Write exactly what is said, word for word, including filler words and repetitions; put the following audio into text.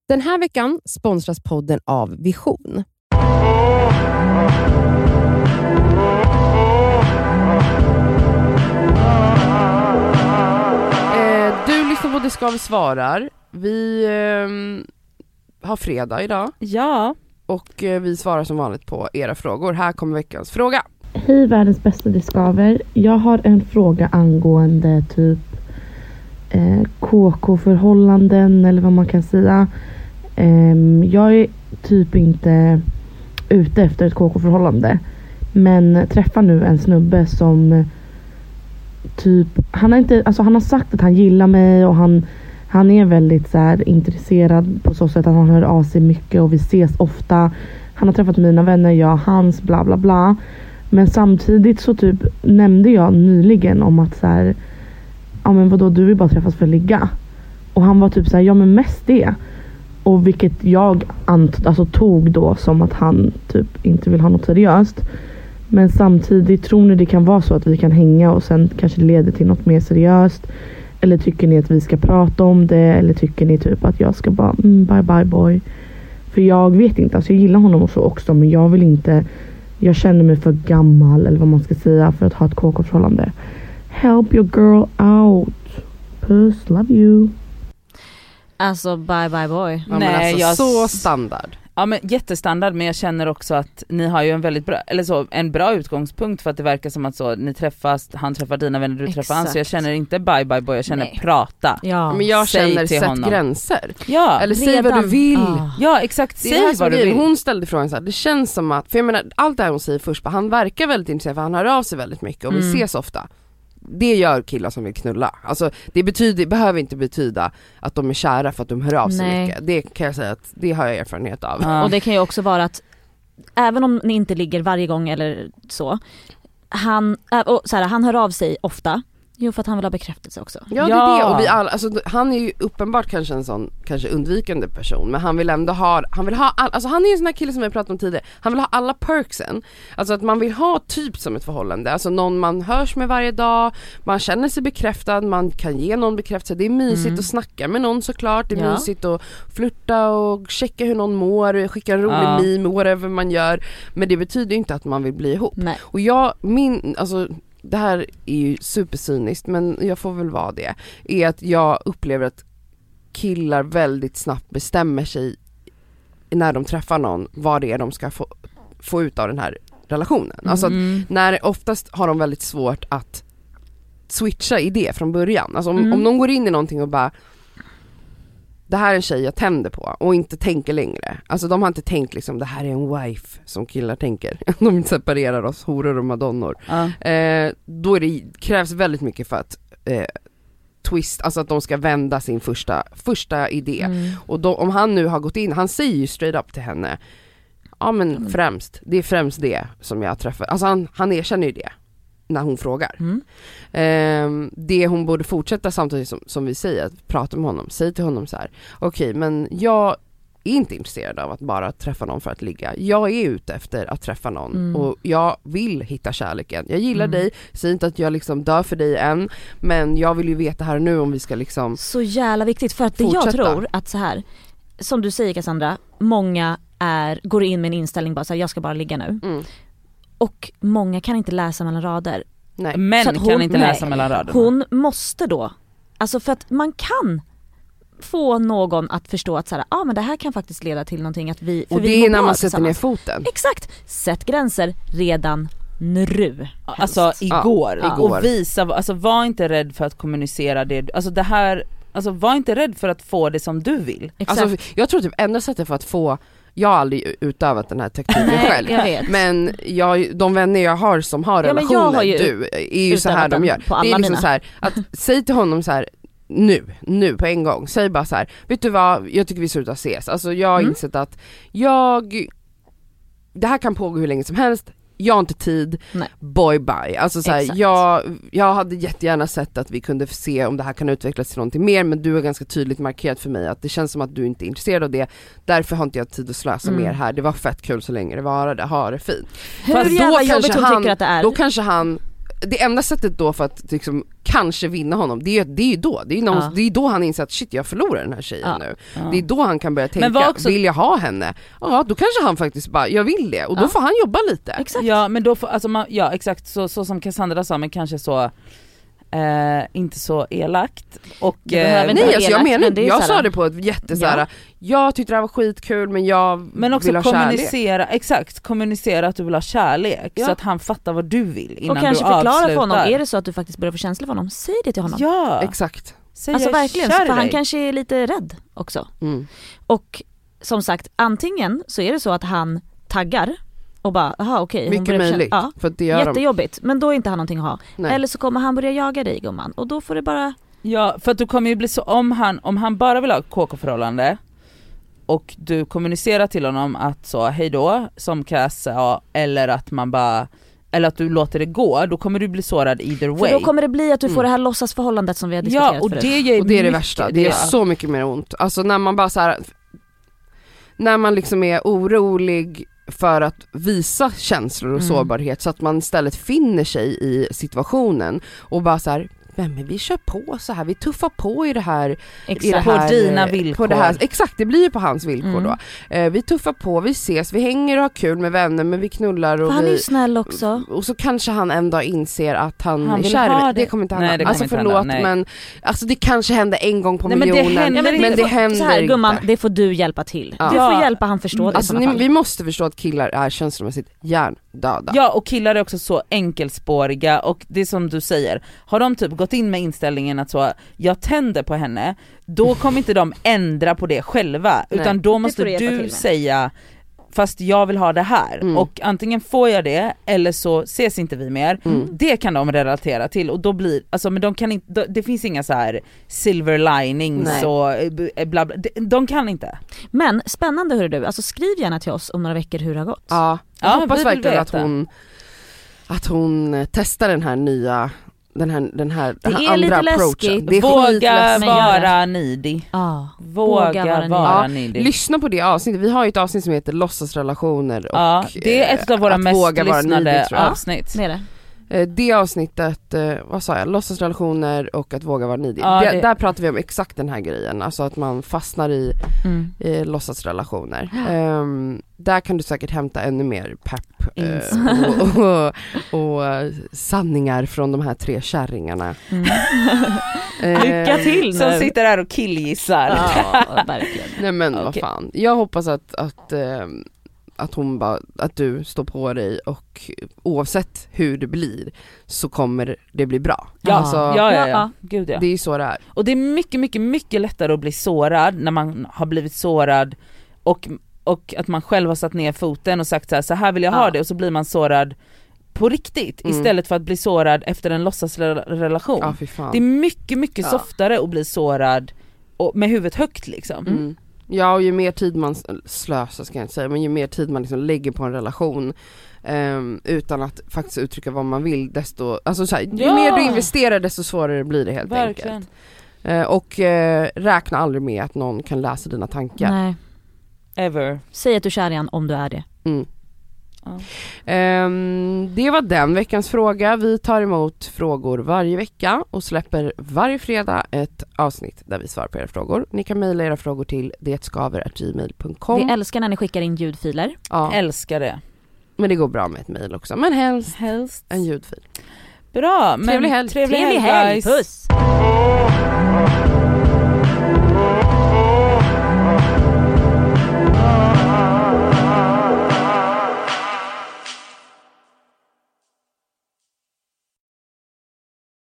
Den här veckan sponsras podden av Vision. Eh, du lyssnar på Det ska vi svarar. Vi eh, har fredag idag. Ja. Och eh, vi svarar som vanligt på era frågor. Här kommer veckans fråga. Hej världens bästa diskaver. Jag har en fråga angående typ eh, K K-förhållanden eller vad man kan säga. Eh, jag är typ inte ute efter ett K K-förhållande. Men träffar nu en snubbe som typ, han har inte, alltså han har sagt att han gillar mig och han, han är väldigt så här intresserad på så sätt att han hör av sig mycket och vi ses ofta. Han har träffat mina vänner, jag hans, bla bla bla. Men samtidigt så typ nämnde jag nyligen om att så här, ja men vadå, du vill bara träffas för att ligga. Och han var typ så här, ja men mest det. Och vilket jag ant, alltså tog då som att han typ inte vill ha något seriöst. Men samtidigt, tror ni det kan vara så att vi kan hänga och sen kanske det leder till något mer seriöst? Eller tycker ni att vi ska prata om det? Eller tycker ni typ att jag ska bara, mm, bye bye boy? För jag vet inte, alltså jag gillar honom också, också men jag vill inte, jag känner mig för gammal eller vad man ska säga för att ha ett K K-förhållande. Help your girl out. Puss, love you. Alltså bye bye boy. Ja, Nej, alltså, jag... så standard. Ja, men jättestandard, men jag känner också att ni har ju en väldigt bra, eller så, en bra utgångspunkt för att det verkar som att så, ni träffas, han träffar dina vänner, du Exakt. träffar hans, så jag känner inte bye bye boy, jag känner Nej. prata. Ja. Men jag Säg känner till sätt honom. gränser. Ja, Eller säg redan. vad du vill. Ah. ja exakt, Det är det här säg som vad du grejen. vill. Hon ställde frågan så här, det känns som att, för jag menar, allt det här hon säger först, han verkar väldigt intresserad för han hör av sig väldigt mycket och vi Mm. ses ofta. Det gör killar som vill knulla. Alltså det betyder, behöver inte betyda att de är kära för att de hör av sig Nej. mycket. Det kan jag säga att det har jag erfarenhet av. Ja. Och det kan ju också vara att även om ni inte ligger varje gång eller så, han, äh, och så här, han hör av sig ofta. Jo, för att han vill ha bekräftelse också. Ja, det Ja. är det. Och vi alla, alltså, han är ju uppenbart kanske en sån kanske undvikande person, men han vill ändå ha, han vill ha all, alltså han är ju en sån här kille som jag pratat om tidigare. Han vill ha alla perksen. Alltså att man vill ha typ som ett förhållande. Alltså någon man hörs med varje dag, man känner sig bekräftad, man kan ge någon bekräftelse. Det är mysigt Mm. att snacka med någon såklart. Det är Ja. mysigt att flirta och checka hur någon mår, skicka en rolig Ja. meme, whatever man gör. Men det betyder ju inte att man vill bli ihop. Nej. Och jag, min, alltså det här är ju supercyniskt, men jag får väl vara det, är att jag upplever att killar väldigt snabbt bestämmer sig när de träffar någon vad det är de ska få, få ut av den här relationen. Alltså att Mm. när oftast har de väldigt svårt att switcha idé från början. Alltså om, Mm. om någon går in i någonting och bara, det här är en tjej jag tänder på, och inte tänker längre. Alltså de har inte tänkt liksom, det här är en wife som killar tänker. De separerar oss, horor och madonnor. Ja. Eh, då är det, krävs väldigt mycket för att eh, twist, alltså att de ska vända sin första, första idé. Mm. Och då, om han nu har gått in, han säger ju straight up till henne, ja men främst, det är främst det som jag träffar. Alltså han, han erkänner ju det när hon frågar. Mm. Eh, det hon borde fortsätta samtidigt som, som vi säger, att prata med honom, säg till honom så här: okej, men jag är inte intresserad av att bara träffa någon för att ligga. Jag är ute efter att träffa någon Mm. och jag vill hitta kärleken. Jag gillar Mm. dig, säg inte att jag liksom dör för dig än, men jag vill ju veta här nu om vi ska liksom Så jävla viktigt, för att det jag fortsätta. tror att så här, som du säger Cassandra, många är, går in med en inställning bara så här, jag ska bara ligga nu. mm, Och många kan inte läsa mellan rader. nej. Män Så att kan hon- inte nej. läsa mellan raderna. Hon måste då, alltså för att man kan få någon att förstå att så här, ah, men det här kan faktiskt leda till någonting, att vi, för Och vi det mår är när bra man sätter ner tillsammans. foten. Exakt, sätt gränser redan nu. Alltså Helst. igår. Ja, Och igår. visa, alltså var inte rädd för att kommunicera det. Alltså det här, alltså var inte rädd för att få det som du vill. Exakt. Alltså, jag tror typ enda sättet för att få, jag har aldrig utövat den här tekniken Nej, själv. jag vet. Men jag, de vänner jag har som har Ja, men jag relationer, har ju du, är ju så här utövat de den gör. på alla Det är liksom mina. så här, att säg till honom så här: nu, nu på en gång. Säg bara så här: vet du vad, jag tycker vi slutar ses. Alltså jag har Mm. insett att jag, det här kan pågå hur länge som helst. Jag har inte tid, Nej. boy bye. Alltså så här, Exakt. jag, jag hade jättegärna sett att vi kunde se om det här kan utvecklas till någonting mer, men du har ganska tydligt markerat för mig att det känns som att du inte är intresserad av det. Därför har inte jag tid att slösa Mm. mer här. Det var fett kul så länge det varade, ha det fint. Hur Fast då jävla kanske jobbigt hon han- tycker att det är. Då kanske han det enda sättet då för att liksom, kanske vinna honom, det är, det är ju då det är, någon, Ja. det är då han inser att shit, jag förlorar den här tjejen Ja. nu. Ja. Det är då han kan börja tänka, Men vad också- vill jag ha henne? Ja, då kanske han faktiskt bara, jag vill det, och då Ja. får han jobba lite. Exakt. Ja men då får, alltså man, ja exakt så, så som Cassandra sa, men kanske så eh, inte så elakt och Det behöver eh, inte Nej, vara alltså jag elakt, menar men det är jag så här- sa det på ett jätte så här, Ja. jag tyckte det här var skitkul men jag men också vill ha kärlek. kommunicera, exakt, kommunicera att du vill ha kärlek Ja. så att han fattar vad du vill innan Och kanske du förklara avslutar. för honom, är det så att du faktiskt börjar få känsla för honom, säg det till honom. Ja, Exakt. säg Alltså jag är verkligen, kär i för han dig. kanske är lite rädd också. Mm. Och som sagt, antingen så är det så att han taggar och bara, aha okej. hon Mycket börjar känna- möjligt, Ja, för att det gör de. jättejobbigt, men då är inte han någonting att ha. Nej. Eller så kommer han börja jaga dig gumman och då får det bara... Ja, för att du kommer ju bli så, om han, om han bara vill ha ett K K-förhållande och du kommunicerar till honom att så hej då som Cass sa, eller att man bara, eller att du låter det gå, då kommer du bli sårad either way. För då kommer det bli att du får Mm. det här låtsasförhållandet som vi har diskuterat Ja, och förut. det ger Och det är det mycket- värsta, det är så mycket mer ont. Alltså när man bara så här, när man liksom är orolig för att visa känslor och Mm. sårbarhet, så att man istället finner sig i situationen och bara så här, men, men vi kör på så här, vi tuffar på i det här, i det Exakt. På här, dina eh, villkor. På det här, exakt, det blir ju på hans villkor Mm. då. Eh, vi tuffar på, vi ses, vi hänger och har kul med vänner, men vi knullar och För han är vi... ju snäll också. Och så kanske han en dag inser att han, Han är vill kär i ha mig. det. Det kommer inte hända. Nej, det kommer alltså inte förlåt hända, nej. men alltså det kanske händer en gång på Nej, men det miljonen. händer men, inte. det händer så här, gumman, inte. det får du hjälpa till. Ja. Du Ja. får hjälpa han förstå det Alltså i sådana ni, fall. vi måste förstå att killar är känslomässigt hjärndöda. Ja, och killar är också så enkelspåriga, och det är som du säger, har de typ gått in med inställningen att så, jag tänder på henne, då kommer inte de ändra på det själva, Nej. utan då Det måste får du hjälpa till du med. säga, fast jag vill ha det här, Mm. och antingen får jag det eller så ses inte vi mer. Mm. Det kan de relatera till, och då blir, alltså men de kan inte, de, det finns inga så här silver linings Nej. och eh, bla bla, de, de kan inte. Men spännande hörru du, alltså skriv gärna till oss om några veckor hur det har gått. Ja, jag Ja, hoppas vi vill verkligen att veta. hon att hon testar den här nya den här, den här, Det den här är andra lite approachen. läskigt. Det är Våga skitläskigt. men gör vara needy. Ja. Våga, Våga vara vara, needy. needy. Lyssna på det avsnittet. Vi har ju ett avsnitt som heter låtsasrelationer och Ja, det är ett av våra eh, att mest våga vara lyssnade needy, tror jag. avsnitt. Det är det. Eh, Det avsnittet, eh, vad sa jag, låtsasrelationer och att våga vara needy. Ja, det, det- Där pratar vi om exakt den här grejen, alltså att man fastnar i, Mm. i låtsasrelationer. Ehm, där kan du säkert hämta ännu mer pepp eh, Ins. och, och, och, eh, sanningar från de här tre kärringarna. Mm. Eh, Lycka till Som nu. sitter här och killgissar. Ja, verkligen. Nej men vad Okej. fan, jag hoppas att, att, ehm, att hon bara, att du står på dig, och oavsett hur det blir så kommer det bli bra. Ja, Alltså, ja, ja, Ja, ja. ja. Gud, ja. det är ju så det är. Och det är mycket, mycket, mycket lättare att bli sårad när man har blivit sårad och, och att man själv har satt ner foten och sagt så här, så här vill jag ha Ja. det, och så blir man sårad på riktigt Mm. istället för att bli sårad efter en låtsasrelation. Ja fy fan. Det är mycket, mycket Ja. softare att bli sårad och med huvudet högt liksom. Mm. Ja, och ju mer tid man slösar ska jag inte säga, men ju mer tid man liksom lägger på en relation ehm, utan att faktiskt uttrycka vad man vill, desto, alltså så här, ju Ja. mer du investerar desto svårare blir det helt Verkligen. enkelt. Eh, och eh, räkna aldrig med att någon kan läsa dina tankar. Nej. Ever. Säg att du är kär i han om du är det. Mm. Ja. Ehm, det var den veckans fråga. Vi tar emot frågor varje vecka och släpper varje fredag ett avsnitt där vi svarar på era frågor. Ni kan mejla era frågor till detskaver at gmail punkt com. Vi älskar när ni skickar in ljudfiler. Ja, Älskar det. men det går bra med ett mejl också. Men helst Helst. en ljudfil. Bra, men Trevlig helg. Trevlig, Trevlig helg, helg, guys. puss!